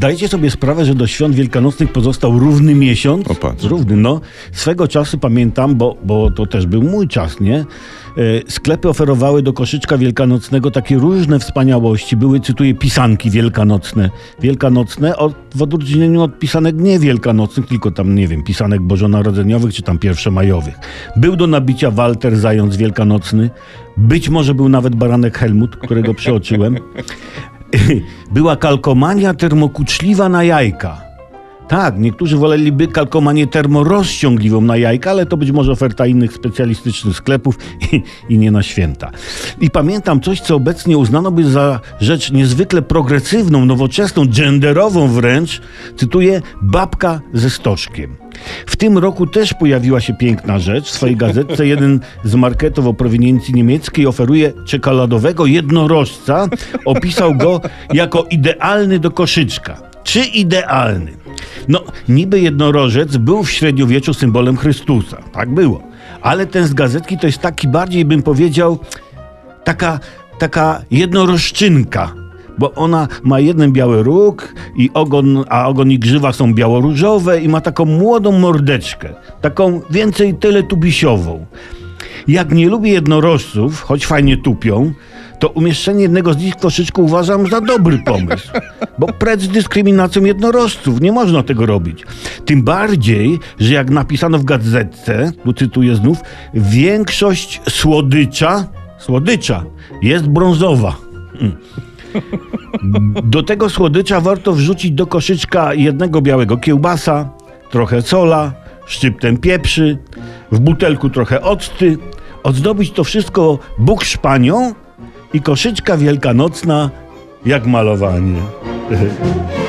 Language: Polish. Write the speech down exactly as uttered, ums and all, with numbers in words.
Zdajecie sobie sprawę, że do świąt wielkanocnych pozostał równy miesiąc? O, patrz. Równy, no. Swego czasu pamiętam, bo, bo to też był mój czas, nie? E, sklepy oferowały do koszyczka wielkanocnego takie różne wspaniałości. Były, cytuję, pisanki wielkanocne. Wielkanocne od, w odróżnieniu od pisanek nie wielkanocnych, tylko tam, nie wiem, pisanek bożonarodzeniowych czy tam pierwszomajowych. Był do nabicia Walter Zając Wielkanocny. Być może był nawet baranek Helmut, którego przeoczyłem. Była kalkomania termokuczliwa na jajka. Tak, niektórzy woleliby kalkomanię termorozciągliwą na jajka, ale to być może oferta innych specjalistycznych sklepów i, i nie na święta. I pamiętam coś, co obecnie uznano by za rzecz niezwykle progresywną, nowoczesną, genderową wręcz. Cytuję, babka ze stożkiem. W tym roku też pojawiła się piękna rzecz. W swojej gazetce jeden z marketów o proweniencji niemieckiej oferuje czekoladowego jednorożca. Opisał go jako idealny do koszyczka. Czy idealny? No, niby jednorożec był w średniowieczu symbolem Chrystusa. Tak było. Ale ten z gazetki to jest taki bardziej, bym powiedział, taka, taka jednorożczynka. Bo ona ma jeden biały róg, i ogon, a ogon i grzywa są białoróżowe i ma taką młodą mordeczkę. Taką więcej teletubisiową. Jak nie lubię jednorożców, choć fajnie tupią, to umieszczenie jednego z nich w koszyczku uważam za dobry pomysł. Bo precz z dyskryminacją jednorożców. Nie można tego robić. Tym bardziej, że jak napisano w gazetce, tu cytuję znów, większość słodycza, słodycza jest brązowa. Hmm. Do tego słodycza warto wrzucić do koszyczka jednego białego kiełbasa, trochę sola, szczyptem pieprzy, w butelku trochę octy, ozdobić to wszystko bukszpanią i koszyczka wielkanocna jak malowanie.